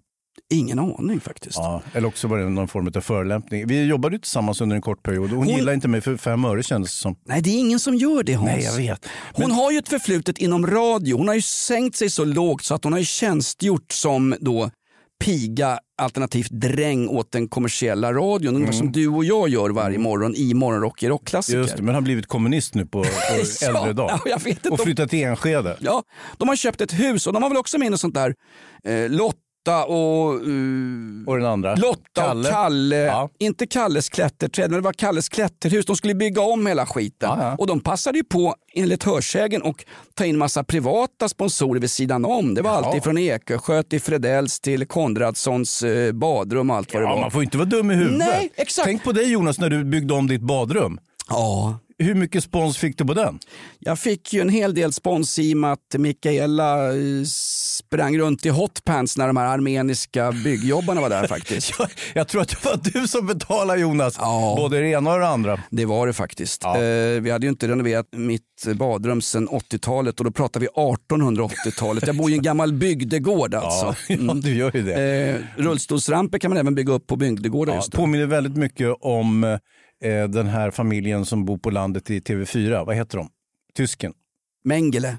ingen aning faktiskt. Ja, eller också var det någon form av förolämpning. Vi jobbade ju tillsammans under en kort period. Hon, Hon... gillar inte mig för fem öre kändes det som. Nej, det är ingen som gör det, Hans. Nej, jag vet. Hon Men... har ju ett förflutet inom radio. Hon har ju sänkt sig så lågt så att hon har ju tjänstgjort som då piga alternativt dräng åt den kommersiella radion. Mm. Som du och jag gör varje morgon i Morgonrock i rockklassiker. Just det, men han har blivit kommunist nu på, på ja, äldre dag. Ja, jag vet inte. Och flyttat till Enskede. Ja, de har köpt ett hus och de har väl också med något sånt där eh, Lotta och... Uh, och den andra. Lotta Kalle. och Kalle. Ja. Inte Kalles klätterträd, men det var Kalles klätterhus. De skulle bygga om hela skiten. Ja, ja. Och de passade ju på, enligt hörsägen, och ta in massa privata sponsorer vid sidan om. Det var ja. alltid från Ekesjö till Fredells till Konradssons eh, badrum och allt vad ja, det var. Man får inte vara dum i huvudet. Nej, exakt. Tänk på dig, Jonas, när du byggde om ditt badrum. Ja. Hur mycket spons fick du på den? Jag fick ju en hel del spons i och med att Mikaela sprang runt i hotpants när de här armeniska byggjobbarna var där faktiskt. jag, jag tror att det var du som betalade, Jonas. Ja. Både det ena och det andra. Det var det faktiskt. Ja. Eh, vi hade ju inte renoverat mitt badrum sedan åttiotalet och då pratar vi artonhundraåttiotalet. Jag bor i en gammal bygdegård alltså. Ja, ja du gör ju det. Eh, rullstolsramper kan man även bygga upp på bygdegårdar ja, just då. Påminner väldigt mycket om eh, den här familjen som bor på landet i T V fyra. Vad heter de? Tysken. Mengele.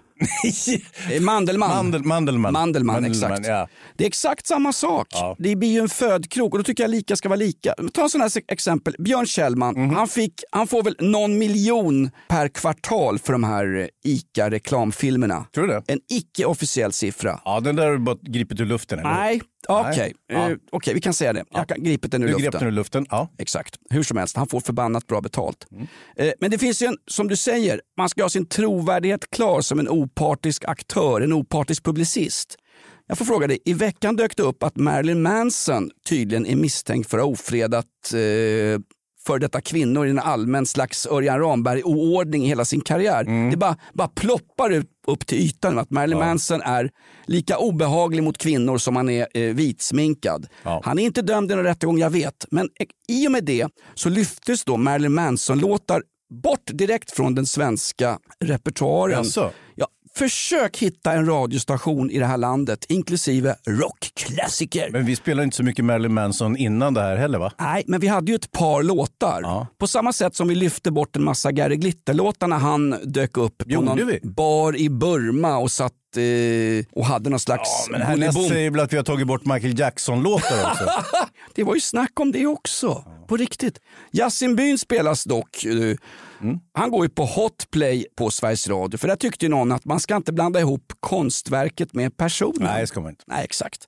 Mandelmann. Mandel, Mandelmann. Mandelmann, Mandelmann, exakt. Ja. Det är exakt samma sak. Ja. Det blir ju en födkrok och då tycker jag lika ska vara lika. Ta en sån här exempel. Björn Kjellman, mm. han, fick, han får väl någon miljon per kvartal för de här ICA-reklamfilmerna. Tror du det? En icke-officiell siffra. Ja, den där har du bara gripit ur luften. Eller? Nej, okej. Okay. Ja. Uh, okay, vi kan säga det. Jag kan gripit den ur du luften. Du grep den ur luften, ja. Exakt. Hur som helst, han får förbannat bra betalt. Mm. Uh, men det finns ju en, som du säger, man ska ha sin trovärdighet klar som en opartisk aktör, en opartisk publicist. Jag får fråga dig, i veckan dök det upp att Marilyn Manson tydligen är misstänkt för att ha ofredat eh, för detta kvinnor i en allmän slags Örjan Ramberg-oordning i hela sin karriär. Mm. Det bara, bara ploppar ut, upp till ytan att Marilyn ja. Manson är lika obehaglig mot kvinnor som han är eh, vitsminkad. Ja. Han är inte dömd i någon rättegång, jag vet. Men i och med det så lyftes då Marilyn Manson-låtar bort direkt från den svenska repertoaren. Jaså? Ja, försök hitta en radiostation i det här landet, inklusive rockklassiker. Men vi spelar inte så mycket Marilyn Manson innan det här heller, va? Nej, men vi hade ju ett par låtar. Ja. På samma sätt som vi lyfte bort en massa Gary Glitter-låtar när han dök upp på Gjorde någon vi? bar i Burma och satt och hade någon slags... Ja, men här säger väl att vi har tagit bort Michael Jackson-låtar också. Det var ju snack om det också, ja. På riktigt. Yasin Byn spelas dock. Mm. Han går ju på Hotplay på Sveriges Radio. För där tyckte ju någon att man ska inte blanda ihop konstverket med personen. Nej, det ska man inte. Nej, exakt.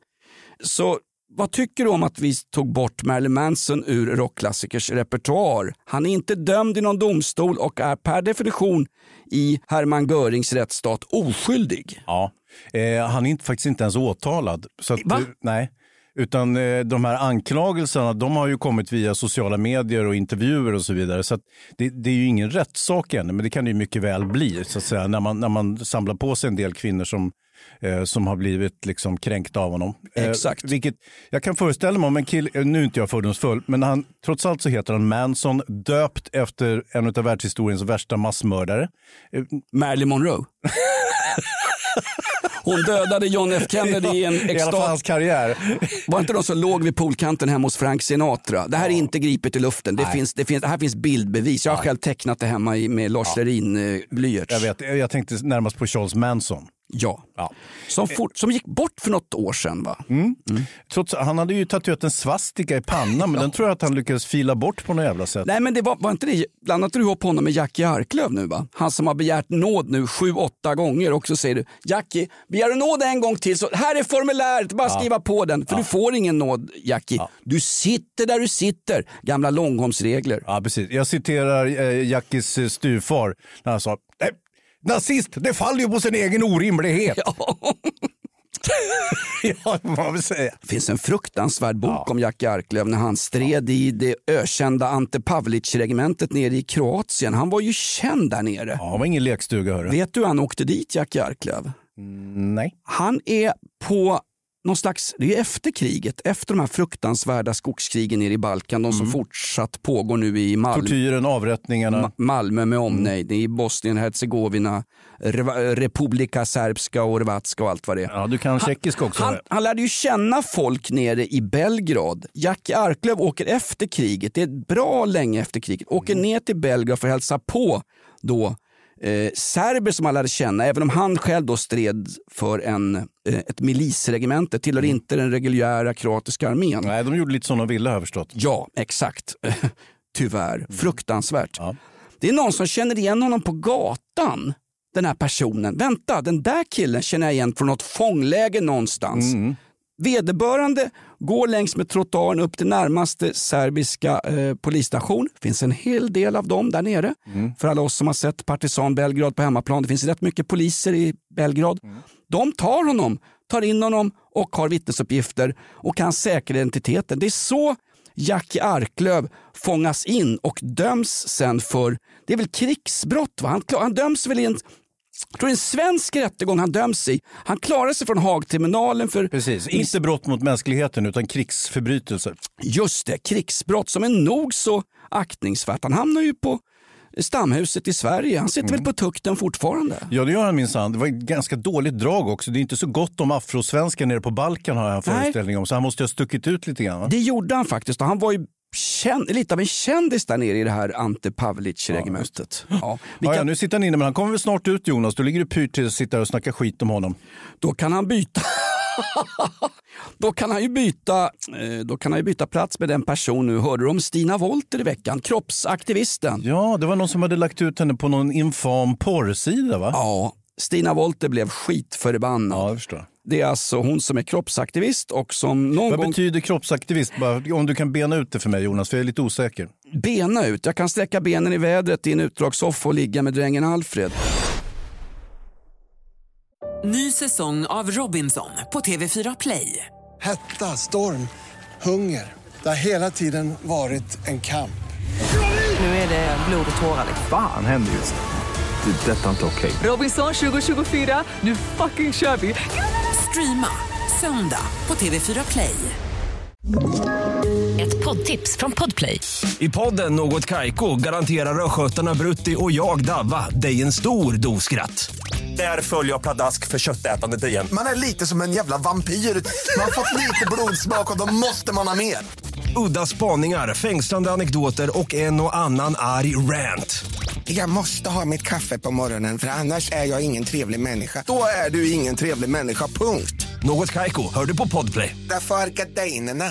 Så vad tycker du om att vi tog bort Marilyn Manson ur rockklassikers repertoar? Han är inte dömd i någon domstol och är per definition i Hermann Görings rättsstat oskyldig. Ja, eh, han är inte, faktiskt inte ens åtalad. Så att, Va? Nej, utan eh, de här anklagelserna, de har ju kommit via sociala medier och intervjuer och så vidare. Så att det, det är ju ingen rättssak än, men det kan det ju mycket väl bli så att säga, när man, när man samlar på sig en del kvinnor som Eh, som har blivit liksom kränkt av honom. Eh, Exakt. Vilket jag kan föreställa mig om en kille, nu är inte jag fördomsfull, men han, trots allt så heter han Manson, döpt efter en av världshistoriens värsta massmördare. Eh, Marilyn Monroe. Hon dödade John F. Kennedy i en extat. I alla fall hans karriär. Var inte de som låg vid poolkanten hemma hos Frank Sinatra? Det här är inte gripet i luften. Det, finns, det, finns, det här finns bildbevis. Jag har Nej. själv tecknat det hemma med Lars ja. Lerin eh, blyerts. Jag vet, jag tänkte närmast på Charles Manson. Ja, ja. Som, fort, som gick bort för något år sedan, va? Mm. Mm. Trots, han hade ju tatuerat en svastika i pannan, men ja. den tror jag att han lyckades fila bort på något jävla sätt. Nej, men det var, var inte det, blandat du ihop honom med Jackie Arklöv nu, va? Han som har begärt nåd nu sju, åtta gånger, och så säger du, Jackie, begär du nåd en gång till, så här är formuläret, bara skriva ja. på den, för ja. du får ingen nåd, Jackie. Ja. Du sitter där du sitter, gamla Långholmsregler. Ja, precis. Jag citerar eh, Jackies eh, styrfar när han sa, nej, nazist, det faller ju på sin egen orimlighet. Ja. Ja, vad vill säga. Det finns en fruktansvärd bok ja. om Jackie Arklöv när han stred i det ökända Ante Pavlic-regementet nere i Kroatien. Han var ju känd där nere. Ja, han var ingen lekstuga, hörru. Vet du, han åkte dit, Jackie Arklöv? Mm, nej. Han är på någon slags, det är efter kriget, efter de här fruktansvärda skogskrigen nere i Balkan, de som mm. fortsatt pågår nu i Malmö. Tortyren, avrättningarna. Ma- Malmö med omnejd, mm. i Bosnien, Herzegovina, Re- Republika Serbska och Hrvatska och allt vad det är. Ja, du kan tjeckiska också. Han, han lärde ju känna folk nere i Belgrad. Jackie Arklöv åker efter kriget, det är bra länge efter kriget, åker mm. ner till Belgrad för att hälsa på då Eh, serber som han lärde känna, även om han själv då stred för en, eh, ett milisregemente, tillhör mm. inte den reguljära kroatiska armén. Nej, de gjorde lite som de ville, har jag förstått. Ja, exakt. Tyvärr. Mm. Fruktansvärt. Ja. Det är någon som känner igen honom på gatan, den här personen. Vänta, den där killen känner jag igen från något fångläge någonstans. Mm. Vederbörande går längs med trottoaren upp till närmaste serbiska eh, polisstation. Det finns en hel del av dem där nere. Mm. För alla oss som har sett Partizan Belgrad på hemmaplan. Det finns rätt mycket poliser i Belgrad. Mm. De tar honom, tar in honom och har vittnesuppgifter och kan säkra identiteten. Det är så Jackie Arklöv fångas in och döms sen för, det är väl krigsbrott va? Han, han döms väl i en... Jag tror det är en svensk rättegång han döms i. Han klarar sig från Haagtribunalen för... Precis, inte brott mot mänskligheten utan krigsförbrytelser. Just det, krigsbrott som är nog så aktningsvärt. Han hamnar ju på stamhuset i Sverige. Han sitter mm. väl på tukten fortfarande. Ja, det gör han minsann. Det var ett ganska dåligt drag också. Det är inte så gott om afrosvenskar nere på Balkan har jag en föreställning om. Så han måste ha stuckit ut lite grann. Va? Det gjorde han faktiskt. Och han var ju Känd, lite av en kändis där nere i det här Ante Pavelic-regementet. Ja, ja, ja, ja, nu sitter han inne, men han kommer väl snart ut, Jonas. Då ligger du pyrt till att sitta och snacka skit om honom. Då kan han byta Då kan han ju byta Då kan han ju byta plats med den person nu. Hörde du om Stina Wolter i veckan? Kroppsaktivisten. Ja, det var någon som hade lagt ut henne på någon infam porrsida, va? Ja, Stina Wolter blev skitförbannad. Ja, jag förstår. Det är alltså hon som är kroppsaktivist och som någon Vad gång... betyder kroppsaktivist? Bara, om du kan bena ut det för mig, Jonas, för jag är lite osäker. Bena ut? Jag kan sträcka benen i vädret i en utdragssoffa och ligga med drängen Alfred. Ny säsong av Robinson på T V fyra Play. Hetta, storm, hunger. Det har hela tiden varit en kamp. Nu är det blod och tårar. Fan händer just det. Det är detta inte okej. Robinson tjugo tjugofyra, nu fucking kör vi. Streama söndag på T V fyra Play. Ett poddtips från Podplay. I podden Något Kaiko garanterar östgötarna Brutti och jag Davva dig en stor doskratt. Där följer jag pladask för köttätandet igen. Man är lite som en jävla vampyr. Man har fått lite blodsmak och då måste man ha mer. Udda spaningar, fängslande anekdoter och en och annan arg rant. Jag måste ha mitt kaffe på morgonen för annars är jag ingen trevlig människa. Då är du ingen trevlig människa, punkt. Något Kaiko, hör du på Podplay. Därför är gardinerna.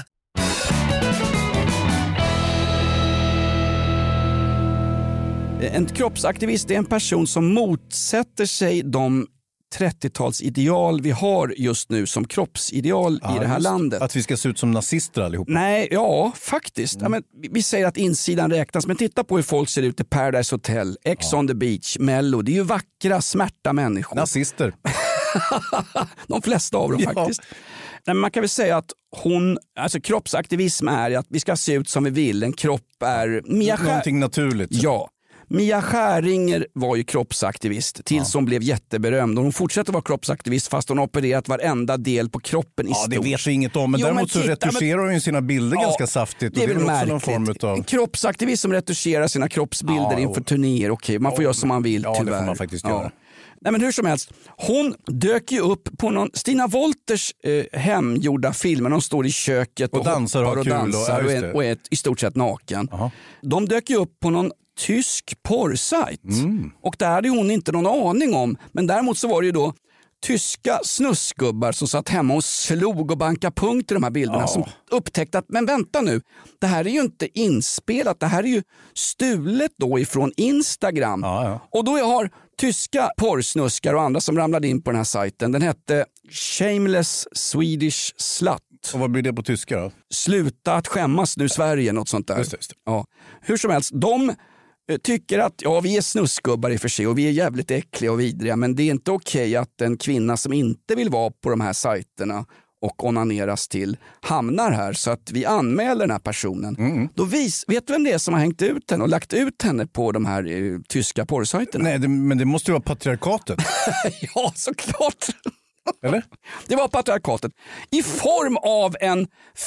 En kroppsaktivist är en person som motsätter sig de trettiotalsideal vi har just nu som kroppsideal ja, i det här landet. Att vi ska se ut som nazister allihopa. Nej, ja, faktiskt. Mm. Ja, men vi säger att insidan räknas, men titta på hur folk ser ut i Paradise Hotel, Ex ja. on the Beach, Mello. Det är ju vackra, smärta människor. Nazister. De flesta av dem ja. faktiskt. Nej, man kan väl säga att hon, alltså kroppsaktivism är att vi ska se ut som vi vill. En kropp är... Mia Skär... Någonting naturligt. Ja. Mia Skäringer var ju kroppsaktivist tills ja. hon blev jätteberömd. Och hon fortsätter vara kroppsaktivist fast hon har opererat varenda del på kroppen i ja, stort. Ja, det vet vi inget om. Men jo, däremot men titta, så retuscherar hon ju sina bilder ja, ganska saftigt. Det är väl också märkligt. Någon form utav... En kroppsaktivist som retuscherar sina kroppsbilder ja, inför turnéer. Okej, okay, man får ja, göra som man vill, ja, tyvärr. Ja, det får man faktiskt ja. göra. Nej, men hur som helst, hon dök ju upp på någon Stina Wolters eh, hemgjorda filmer. De står i köket och, och dansar och, och dansar och, och, är, och är i stort sett naken. Aha. De dök ju upp på någon tysk porrsajt. Mm. Och där hade hon inte någon aning om. Men däremot så var det ju då tyska snussgubbar som satt hemma och slog och bankade punkt i de här bilderna. Ja. Som upptäckte att, men vänta nu, det här är ju inte inspelat. Det här är ju stulet då ifrån Instagram. Ja, ja. Och då har tyska porrsnuskar och andra som ramlade in på den här sajten. Den hette Shameless Swedish Slut. Och vad blir det på tyska då? Sluta att skämmas nu Sverige, något sånt där. Just det, just det. Ja. Hur som helst, de tycker att ja, vi är snuskgubbar i och för sig och vi är jävligt äckliga och vidriga, men det är inte okej att en kvinna som inte vill vara på de här sajterna och onaneras till hamnar här, så att vi anmäler den här personen. Mm. Då vis, vet du vem det är som har hängt ut henne och lagt ut henne på de här eh, tyska porrsajterna? Nej, det, men det måste ju vara patriarkatet. Ja, såklart. Eller? Det var patriarkatet. I form av en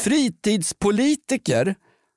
fritidspolitiker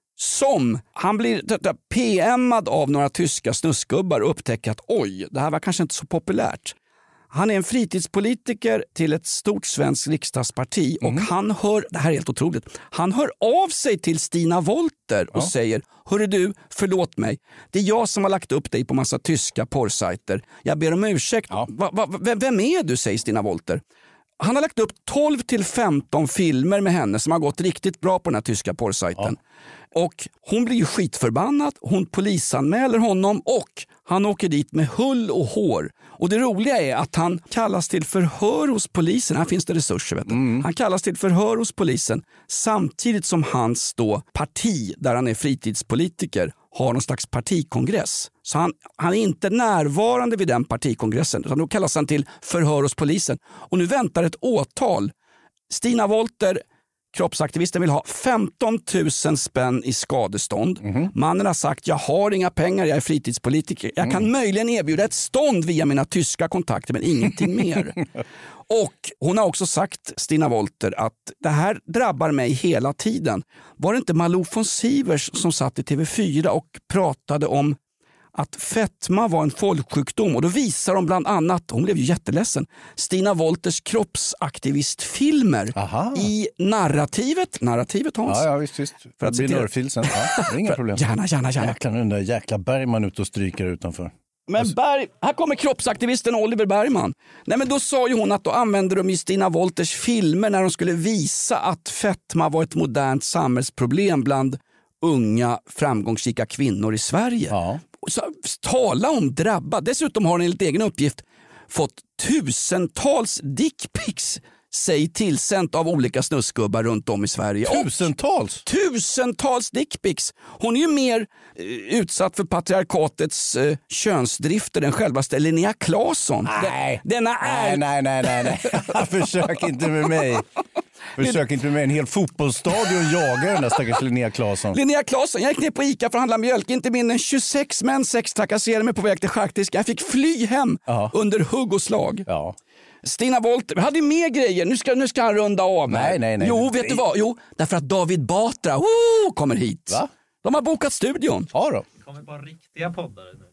som han blir P M-ad av några tyska snuskgubbar och upptäcker att oj, det här var kanske inte så populärt. Han är en fritidspolitiker till ett stort svenskt riksdagsparti och mm. han hör, det här är helt otroligt, han hör av sig till Stina Wolter och ja. säger, hörru du, förlåt mig, det är jag som har lagt upp dig på massa tyska porrsajter. Jag ber om ursäkt. Ja. Va, va, vem är du, säger Stina Wolter. Han har lagt upp tolv till femton filmer med henne som har gått riktigt bra på den här tyska porrsajten. Ja. Och hon blir ju skitförbannad, hon polisanmäler honom och han åker dit med hull och hår. Och det roliga är att han kallas till förhör hos polisen. Här finns det resurser, vet du. Mm. Han kallas till förhör hos polisen samtidigt som hans då parti, där han är fritidspolitiker, har någon slags partikongress. Så han, han är inte närvarande vid den partikongressen, utan då kallas han till förhör hos polisen. Och nu väntar ett åtal. Stina Wolter, kroppsaktivisten, vill ha femton tusen spänn i skadestånd. Mm. Mannen har sagt, jag har inga pengar, jag är fritidspolitiker. Jag kan mm. möjligen erbjuda ett stånd via mina tyska kontakter, men ingenting mer. Och hon har också sagt, Stina Wolter, att det här drabbar mig hela tiden. Var det inte Malou von Sivers som satt i T V fyra och pratade om att fetma var en folksjukdom, och då visar de bland annat, hon blev ju jätteledsen, Stina Wolters kroppsaktivistfilmer Aha. i narrativet. Narrativet, Hans? Ja, ja visst, visst. För att det blir nörfilsen. Ja, det är inga problem. Gärna, gärna, gärna. Jäklar, den där jäkla Bergman ut och stryker utanför. Men Berg, här kommer kroppsaktivisten Oliver Bergman. Nej, men då sa ju hon att då använde de i Stina Wolters filmer när de skulle visa att fetma var ett modernt samhällsproblem bland unga framgångsrika kvinnor i Sverige. Ja. Så, tala om drabba. Dessutom har hon enligt egen uppgift fått tusentals dickpics sig tillsänt av olika snuskgubbar runt om i Sverige. Tusentals? Och tusentals dickpics. Hon är ju mer eh, utsatt för patriarkatets eh, könsdrifter än självaste Linnea Claesson. Nej. Den, denna är... nej, nej, nej, nej, nej. Försök inte med mig. Försök inte med en hel fotbollsstadion jaga den där stackars Linnea Claesson. Linnea Claesson, jag gick ner på Ica för att handla mjölk. Inte mindre än tjugosex män sextrakasserade mig på väg till schackdisk. Jag fick fly hem Aha. under hugg och slag. Ja. Stina Wolter, vi hade mer grejer. Nu ska, nu ska han runda av. Nej, nej, nej. Jo, vet du vad? Jo, därför att David Batra oh, kommer hit. Va? De har bokat studion. Ja då. Det kommer bara riktiga poddare nu.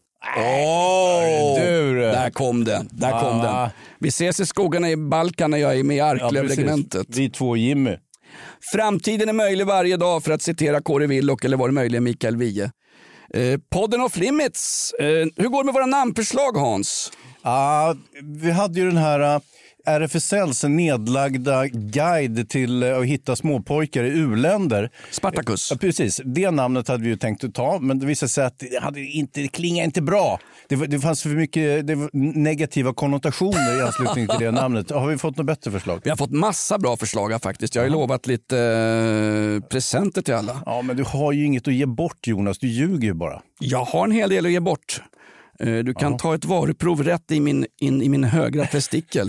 Åh, oh, där kom det. Där ah. kom den. Vi ses i skogarna i Balkan när jag är med i Arklöv-regementet. Ja, vi två Jimmy. Framtiden är möjlig varje dag, för att citera Kåre Willock, eller var det möjligen Mikael Wiehe. Eh, podden Off Limits. Eh, hur går det med våra namnförslag, Hans? Ja, vi hade ju den här R F S L:s nedlagda guide till att hitta småpojkar i u-länder. Spartacus. Ja, precis. Det namnet hade vi ju tänkt att ta, men det visade sig att det, hade inte, det klingade inte bra. Det, det fanns för mycket det negativa konnotationer i anslutning till det namnet. Har vi fått något bättre förslag? Vi har fått massa bra förslag här, faktiskt. Jag har ju lovat lite eh, presenter till alla. Ja, men du har ju inget att ge bort, Jonas. Du ljuger ju bara. Jag har en hel del att ge bort. Du kan Aha. ta ett varuprov rätt i min, in, i min högra testikel.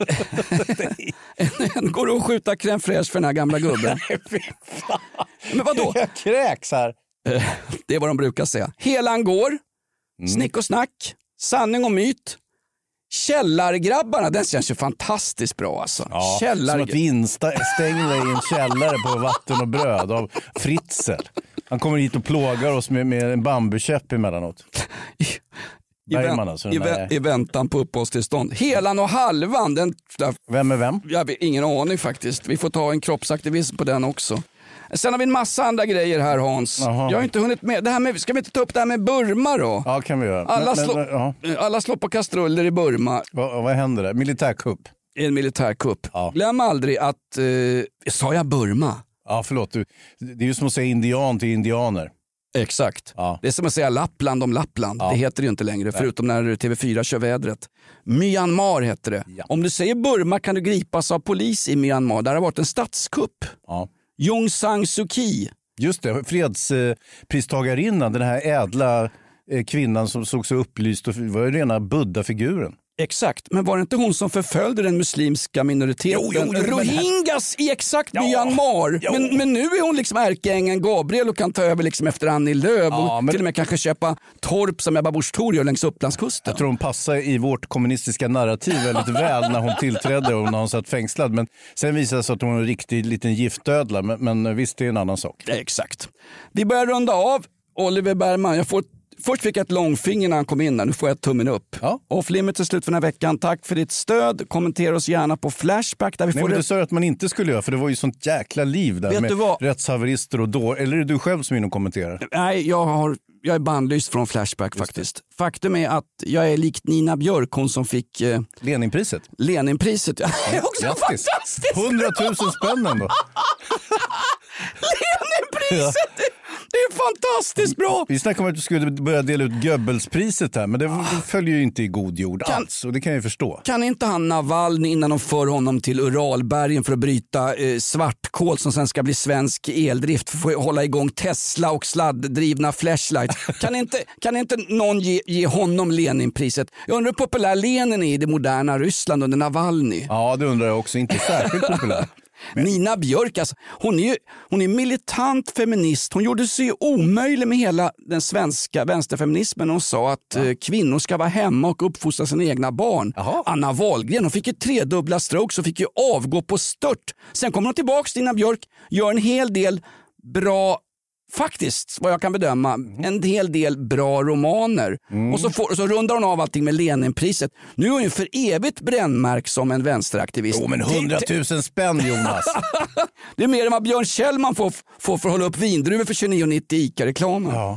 en går att skjuta crème fraîche för den här gamla gubben. Men vadå? Jag kräks här. Det är vad de brukar säga. Helan går, mm. snick och snack, sanning och myt. Källargrabbarna, den känns ju fantastiskt bra alltså. Ja, Källar... Som att vi instängde i en källare på vatten och bröd av Fritzl. Han kommer hit och plågar oss med, med en bambukäpp emellanåt. I, i, Bergman, alltså, i, vä- I väntan på uppehållstillståånd. Helan och halvan. Den, vem är vem? Jag har ingen aning faktiskt. Vi får ta en kroppsaktivism på den också. Sen har vi en massa andra grejer här, Hans. Aha. Jag har inte hunnit med. Det här med. Ska vi inte ta upp det här med Burma då? Ja, kan vi göra. Alla, men, slå, men, alla slår på kastruller i Burma. Va, vad händer där? Militärkupp? En militärkupp. Ja. Glöm aldrig att... Eh, sa jag Burma? Ja, förlåt. Du, det är ju som att säga indian till indianer. Exakt. Ja. Det är som att säga Lappland om Lappland. Ja. Det heter det ju inte längre, förutom när T V fyra kör vädret. Myanmar heter det. Ja. Om du säger Burma kan du gripas av polis i Myanmar. Där har varit en statskupp. Ja. Aung San Suu Kyi. Just det, fredspristagarinnan, den här ädla eh, kvinnan som såg så upplyst och var ju rena Buddha-figuren. Exakt, men var det inte hon som förföljde den muslimska minoriteten? Jo, jo, jo, Rohingyas i exakt Ja, Myanmar. jo. Men, men nu är hon liksom ärkeängeln Gabriel och kan ta över liksom efter Annie Lööf Ja, och men- till och med kanske köpa torp som Ebba Busch Thor gör längs Upplandskusten. Jag tror hon passar i vårt kommunistiska narrativ väldigt väl när hon tillträdde och när hon satt fängslad. Men sen visade det sig att hon är en riktig liten giftödla. Men, men visst, det är en annan sak. Exakt. Vi börjar runda av. Oliver Bergman, jag får Först fick jag ett långfinger när han kom in där. Nu får jag tummen upp. Ja. Off Limits är slut för den här veckan. Tack för ditt stöd. Kommentera oss gärna på Flashback. Där vi Nej, får men det... det sa jag att man inte skulle göra, för det var ju sånt jäkla liv där Vet med du vad? rättshaverister och då. Eller är det du själv som är inne och kommenterar? Nej, jag, har, jag är bannlyst från Flashback faktiskt. Faktum är att jag är likt Nina Björk, hon som fick eh, Leninpriset. Leninpriset. Det är också Grattis. fantastiskt! hundratusen spänn ändå. Leninpriset! Det, det är fantastiskt bra! Vi snackade om att du skulle börja dela ut Goebbelspriset här, men det, det följer ju inte i god jord Kan- alls, och det kan jag ju förstå. Kan inte han Navalny innan de för honom till Uralbergen för att bryta eh, svartkol som sen ska bli svensk eldrift för att hålla igång Tesla och sladddrivna flashlights. Kan inte, kan inte någon ge, ge honom Leninpriset? Jag undrar hur populär Lenin är i det moderna Ryssland under Navalny. Ja, det undrar jag också. Inte särskilt populär. Nina Björk, alltså, hon är ju hon är militant feminist. Hon gjorde sig omöjlig med hela den svenska vänsterfeminismen. Hon sa att eh, kvinnor ska vara hemma och uppfostra sina egna barn. Jaha. Anna Wahlgren, hon fick ju tredubbla strokes och fick ju avgå på stört. Sen kommer hon tillbaka till Nina Björk, gör en hel del bra, faktiskt vad jag kan bedöma, en hel del bra romaner. Och så, får, så rundar hon av allting med Leninpriset. Nu är hon ju för evigt brännmärk som en vänsteraktivist. Jo, men hundratusen spänn, Jonas. Det är mer än vad Björn Kjellman får, får för att hålla upp vindruvor för tjugonio nittio i ICA-reklamen. Ja.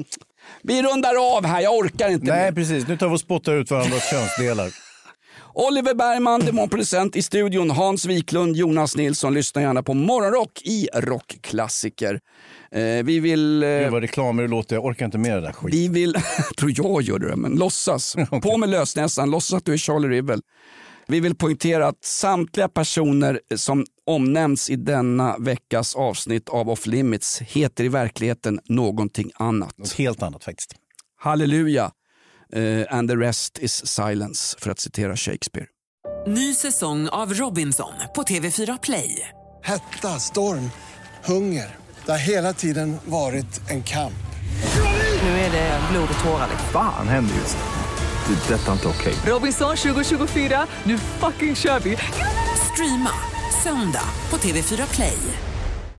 Vi rundar av här, jag orkar inte Nej, mer. precis. Nu tar vi och spottar ut varandras könsdelar. Oliver Bergman, demonproducent i studion. Hans Wiklund, Jonas Nilsson. Lyssna gärna på Morgonrock i Rockklassiker. Eh, vi vill... Eh, Gud vad reklamer det låter. Jag orkar inte med det där skit. vi vill... tror jag gör det, men låtsas. På med lösnäsan, låtsas att du är Charlie Rivel. Vi vill poängtera att samtliga personer som omnämns i denna veckas avsnitt av Off Limits heter i verkligheten någonting annat. Något helt annat faktiskt. Halleluja. Uh, and the rest is silence, för att citera Shakespeare. Ny säsong av Robinson på T V fyra Play. Hetta, storm, hunger. Det har hela tiden varit en kamp. Nu är det blod och tårar. Fan händer just det. Det är detta inte okej. Robinson tjugo tjugofyra, nu fucking kör vi! Streama söndag på T V fyra Play.